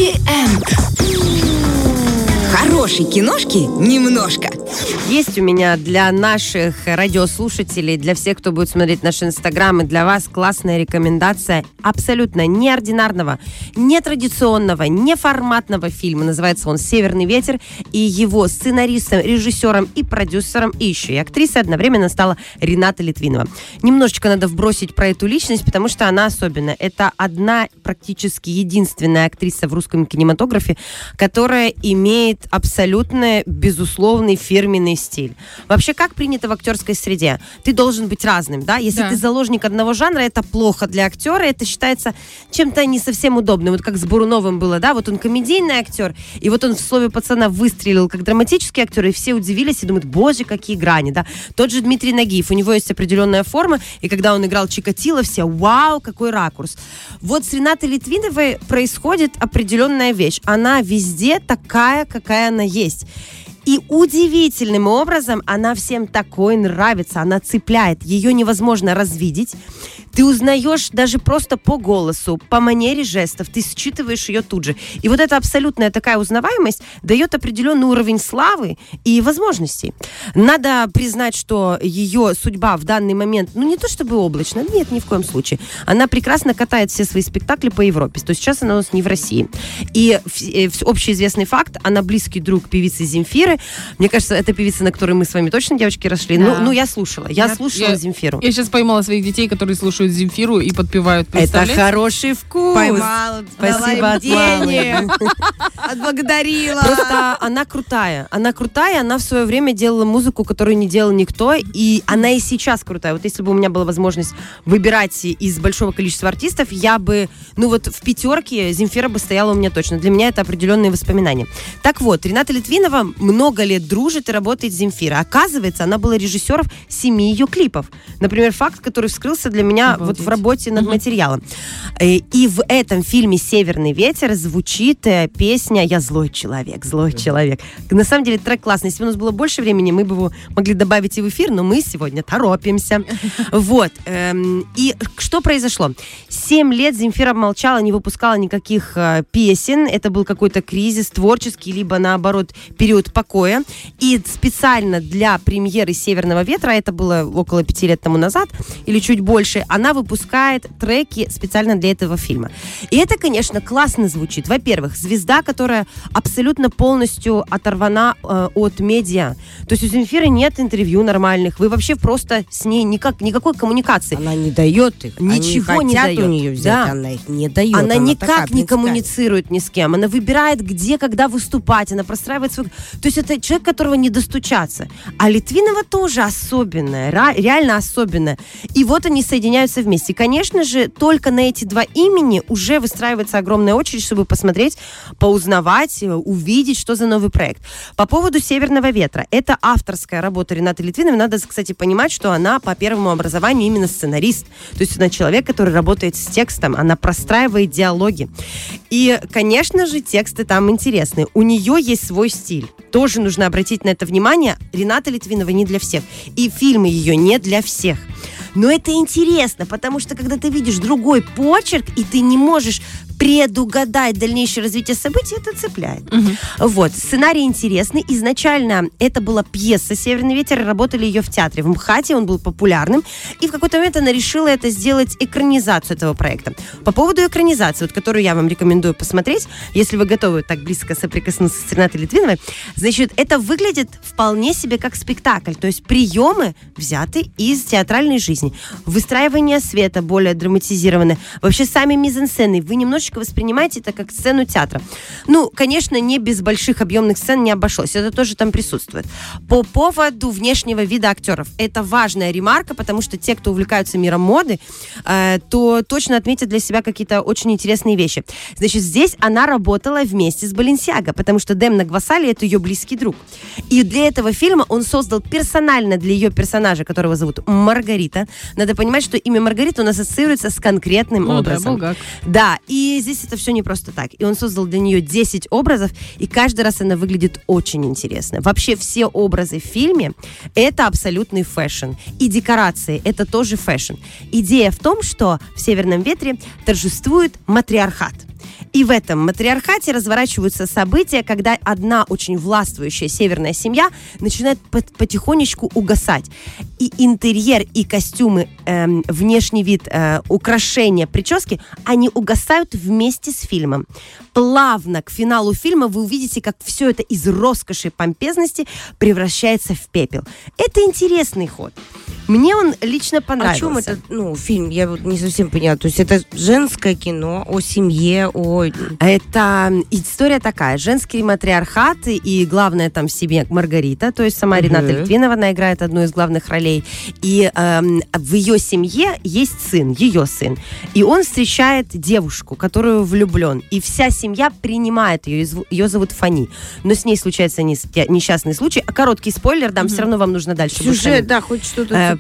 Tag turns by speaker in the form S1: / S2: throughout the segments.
S1: Хорошей киношки немножко.
S2: Есть у меня для наших радиослушателей, для всех, кто будет смотреть наш Инстаграм, и для вас классная рекомендация абсолютно неординарного, нетрадиционного, неформатного фильма. Называется он «Северный ветер», и его сценаристом, режиссером и продюсером, и еще и актрисой одновременно стала Рената Литвинова. Немножечко надо вбросить про эту личность, потому что она особенная. Это одна, практически единственная актриса в русском кинематографе, которая имеет абсолютно безусловный фирменный стиль. Вообще, как принято в актерской среде? Ты должен быть разным, да? Если ты заложник одного жанра, это плохо для актера, это считается чем-то не совсем удобным. Вот как с Буруновым было, да? Вот он комедийный актер, и вот он в «Слове пацана» выстрелил как драматический актер, и все удивились и думают, боже, какие грани, да? Тот же Дмитрий Нагиев, у него есть определенная форма, и когда он играл Чикатило, все, вау, какой ракурс. Вот с Ренатой Литвиновой происходит определенная вещь. Она везде такая, какая она есть. И удивительным образом она всем такой нравится, она цепляет, ее невозможно развидеть. Ты узнаешь даже просто по голосу, по манере жестов, ты считываешь ее тут же. И вот эта абсолютная такая узнаваемость дает определенный уровень славы и возможностей. Надо признать, что ее судьба в данный момент, не то чтобы облачная, нет, ни в коем случае. Она прекрасно катает все свои спектакли по Европе. То есть сейчас она у нас не в России. И общеизвестный факт, она близкий друг певицы Земфиры. Мне кажется, это певица, на которой мы с вами точно, девочки, расшли. Да. Я слушала. Я слушала Земфиру.
S3: Я сейчас поймала своих детей, которые слушают Земфиру и подпевают.
S2: Это хороший вкус.
S1: Поймала.
S2: Спасибо от мамы.
S1: Отблагодарила.
S2: Просто она крутая. Она в свое время делала музыку, которую не делал никто, и она и сейчас крутая. Вот если бы у меня была возможность выбирать из большого количества артистов, я бы, в пятерке Земфира бы стояла у меня точно. Для меня это определенные воспоминания. Так вот, Рената Литвинова много лет дружит и работает с Земфирой. Оказывается, она была режиссером 7 ее клипов. Например, факт, который вскрылся для меня в работе над материалом. И в этом фильме «Северный ветер» звучит песня «Я злой человек». На самом деле трек классный. Если бы у нас было больше времени, мы бы его могли добавить и в эфир, но мы сегодня торопимся. Вот. И что произошло? 7 лет Земфира молчала, не выпускала никаких песен. Это был какой-то кризис творческий, либо, наоборот, период покоя. И специально для премьеры «Северного ветра», это было около 5 лет тому назад, или чуть больше, она выпускает треки специально для этого фильма. И это, конечно, классно звучит. Во-первых, звезда, которая абсолютно полностью оторвана от медиа. То есть у Земфиры нет интервью нормальных. Вы вообще просто с ней никакой коммуникации.
S1: Она не дает их.
S2: Ничего не дает.
S1: У нее взять, она их не дает.
S2: Она никак не коммуницирует ни с кем. Она выбирает, где, когда выступать. Она простраивает свой... То есть это человек, которого не достучаться. А Литвинова тоже особенная. Реально особенная. И вот они соединяются вместе. И, конечно же, только на эти два имени уже выстраивается огромная очередь, чтобы посмотреть, поузнавать, увидеть, что за новый проект. По поводу «Северного ветра». Это авторская работа Ренаты Литвиновой. Надо, кстати, понимать, что она по первому образованию именно сценарист. То есть она человек, который работает с текстом. Она простраивает диалоги. И, конечно же, тексты там интересные. У нее есть свой стиль. Тоже нужно обратить на это внимание. Рената Литвинова не для всех. И фильмы ее не для всех. Но это интересно, потому что когда ты видишь другой почерк, и ты не можешь предугадать дальнейшее развитие событий, это цепляет. Вот. Сценарий интересный. Изначально это была пьеса «Северный ветер», и работали ее в театре. В МХАТе он был популярным, и в какой-то момент она решила это сделать экранизацию этого проекта. По поводу экранизации, которую я вам рекомендую посмотреть, если вы готовы так близко соприкоснуться с Ренатой Литвиновой, значит, это выглядит вполне себе как спектакль. То есть приемы взяты из театральной жизни. Выстраивание света более драматизированное. Вообще сами мизансцены вы немножечко воспринимаете это как сцену театра. Конечно, не без больших объемных сцен не обошлось. Это тоже там присутствует. По поводу внешнего вида актеров. Это важная ремарка, потому что те, кто увлекаются миром моды, то точно отметят для себя какие-то очень интересные вещи. Значит, здесь она работала вместе с Баленсиаго, потому что Демна Гвасали — это ее близкий друг. И для этого фильма он создал персонально для ее персонажа, которого зовут Маргарита. Надо понимать, что имя Маргарита у нас ассоциируется с конкретным образом. Да, и здесь это все не просто так. И он создал для нее 10 образов, и каждый раз она выглядит очень интересно. Вообще все образы в фильме — это абсолютный фэшн. И декорации — это тоже фэшн. Идея в том, что в «Северном ветре» торжествует матриархат. И в этом матриархате разворачиваются события, когда одна очень властвующая северная семья начинает потихонечку угасать. И интерьер, и костюмы, внешний вид, украшения, прически, они угасают вместе с фильмом. Плавно к финалу фильма вы увидите, как все это из роскоши и помпезности превращается в пепел. Это интересный ход. Мне он лично понравился.
S1: О чем это, фильм? Я вот не совсем поняла. То есть это женское кино о семье,
S2: Это история такая. Женский матриархат, и главное там в семье Маргарита, то есть сама Рената Литвинова, она играет одну из главных ролей. И в ее семье есть сын, ее сын. И он встречает девушку, которую влюблен. И вся семья принимает ее. Ее зовут Фани. Но с ней случается несчастный случай. Короткий спойлер дам, все равно вам нужно дальше.
S1: Сюжет, да, хоть что-то.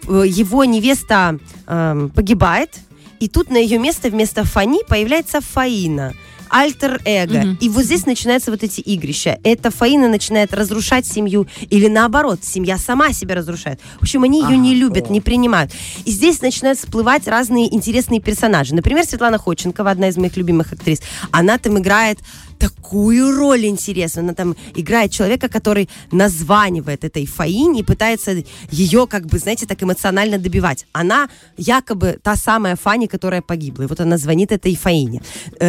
S2: Его невеста погибает, и тут на ее место вместо Фани появляется Фаина. Альтер-эго. И вот здесь начинаются вот эти игрища. Эта Фаина начинает разрушать семью, или наоборот, семья сама себя разрушает. В общем, они ее не любят, не принимают. И здесь начинают всплывать разные интересные персонажи. Например, Светлана Ходченкова, одна из моих любимых актрис. Она там играет такую роль интересную. Она там играет человека, который названивает этой Фаине и пытается ее, так эмоционально добивать. Она якобы та самая Фани, которая погибла. И вот она звонит этой Фаине.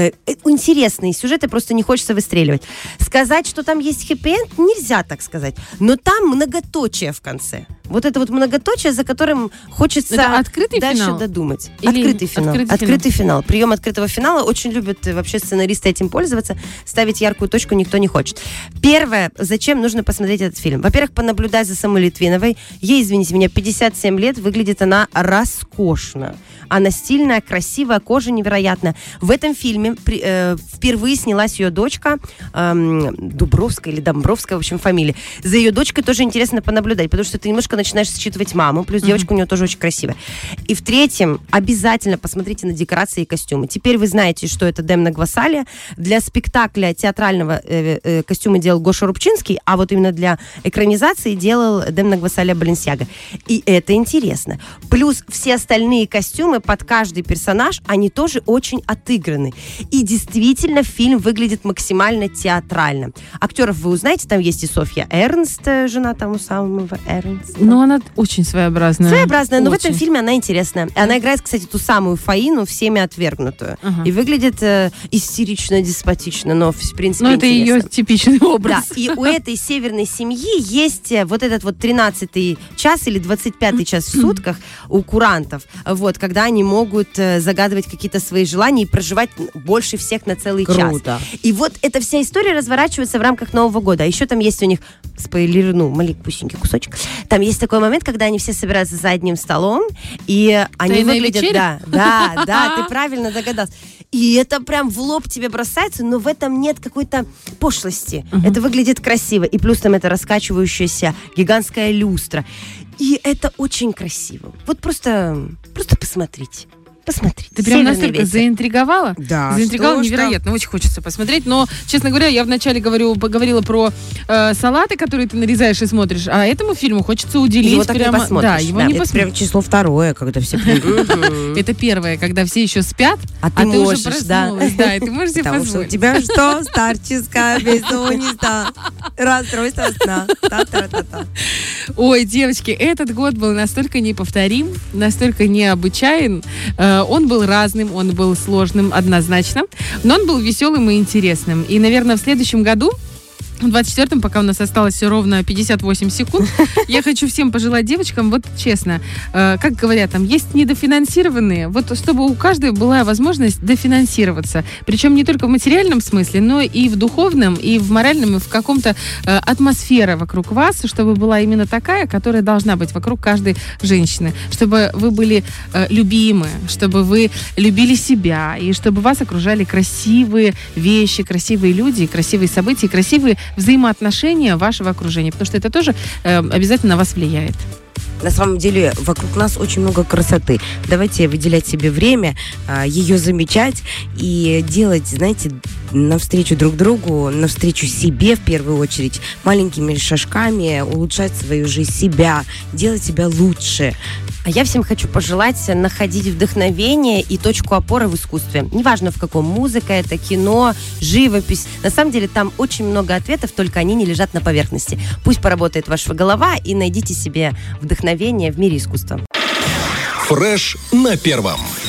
S2: Интересные сюжеты, просто не хочется выстреливать. Сказать, что там есть хэппи-энд, нельзя так сказать. Но там многоточие в конце. Вот это вот многоточие, за которым хочется дальше
S3: финал?
S2: Додумать.
S3: Или
S2: Открытый финал. Прием открытого финала. Очень любят вообще сценаристы этим пользоваться. Ставить яркую точку никто не хочет. Первое, зачем нужно посмотреть этот фильм? Во-первых, понаблюдать за самой Литвиновой. Ей, извините меня, 57 лет, выглядит она роскошно. Она стильная, красивая, кожа невероятная. В этом фильме впервые снялась ее дочка, Дубровская или Домбровская, в общем, фамилия. За ее дочкой тоже интересно понаблюдать, потому что ты немножко начинаешь считывать маму, плюс девочка у нее тоже очень красивая. И в-третьем, обязательно посмотрите на декорации и костюмы. Теперь вы знаете, что это Демна Гвасалия. Для спектакля театрального костюмы делал Гоша Рубчинский, а вот именно для экранизации делал Демна Гвасалия Баленсиага. И это интересно. Плюс все остальные костюмы под каждый персонаж, они тоже очень отыграны. И действительно, фильм выглядит максимально театрально. Актеров вы узнаете, там есть и Софья Эрнст, жена того самого Эрнста.
S3: Но она очень своеобразная.
S2: Своеобразная, но в этом фильме она интересная. Она играет, кстати, ту самую Фаину, всеми отвергнутую. И выглядит истерично, деспотично, но, в принципе,
S3: это ее типичный образ.
S2: Да, и у этой северной семьи есть вот этот вот 13-й час или 25-й час в сутках у курантов, вот, когда они могут загадывать какие-то свои желания и проживать больше всех на целый час. И вот эта вся история разворачивается в рамках Нового года. А еще там есть у них, спойлерну, маленький кусочек, там есть такой момент, когда они все собираются за одним столом, и они выглядят... Да, ты правильно догадался. И это прям в лоб тебе бросается, но в этом нет какой-то пошлости. Это выглядит красиво. И плюс там это раскачивающаяся гигантская люстра. И это очень красиво. Вот просто посмотрите. Посмотрите.
S3: Ты прям настолько заинтриговала?
S1: Да.
S3: Заинтриговала невероятно. Очень хочется посмотреть. Но, честно говоря, я вначале говорила про салаты, которые ты нарезаешь и смотришь. А этому фильму хочется уделить
S2: его так
S3: прямо...
S2: не посмотришь.
S3: Да, его не
S1: посмотришь. Это прям число 2, когда все придут.
S3: Это первое, когда все еще спят,
S2: а ты
S3: уже проснулась. Да, и ты можешь себе
S1: Потому что у
S3: позволить.
S1: тебя что? Старческая бессонница. Расстройство сна. Та-та-та-та.
S3: Ой, девочки, этот год был настолько неповторим, настолько необычайен. Он был разным, он был сложным однозначно, но он был веселым и интересным. И, наверное, в следующем году, в 24-м, пока у нас осталось все ровно 58 секунд, я хочу всем пожелать девочкам, вот честно, как говорят, там есть недофинансированные, вот чтобы у каждой была возможность дофинансироваться. Причем не только в материальном смысле, но и в духовном, и в моральном, и в каком-то атмосфера вокруг вас, чтобы была именно такая, которая должна быть вокруг каждой женщины. Чтобы вы были любимы, чтобы вы любили себя, и чтобы вас окружали красивые вещи, красивые люди, красивые события, красивые взаимоотношения вашего окружения, потому что это тоже обязательно на вас влияет.
S1: На самом деле вокруг нас очень много красоты. Давайте выделять себе время, ее замечать и делать, знаете, навстречу друг другу, навстречу себе в первую очередь, маленькими шажками улучшать свою жизнь, себя, делать себя лучше.
S2: А я всем хочу пожелать находить вдохновение и точку опоры в искусстве. Неважно в каком, музыка это, кино, живопись. На самом деле там очень много ответов, только они не лежат на поверхности. Пусть поработает ваша голова и найдите себе вдохновение в мире искусства.
S4: Фреш на первом.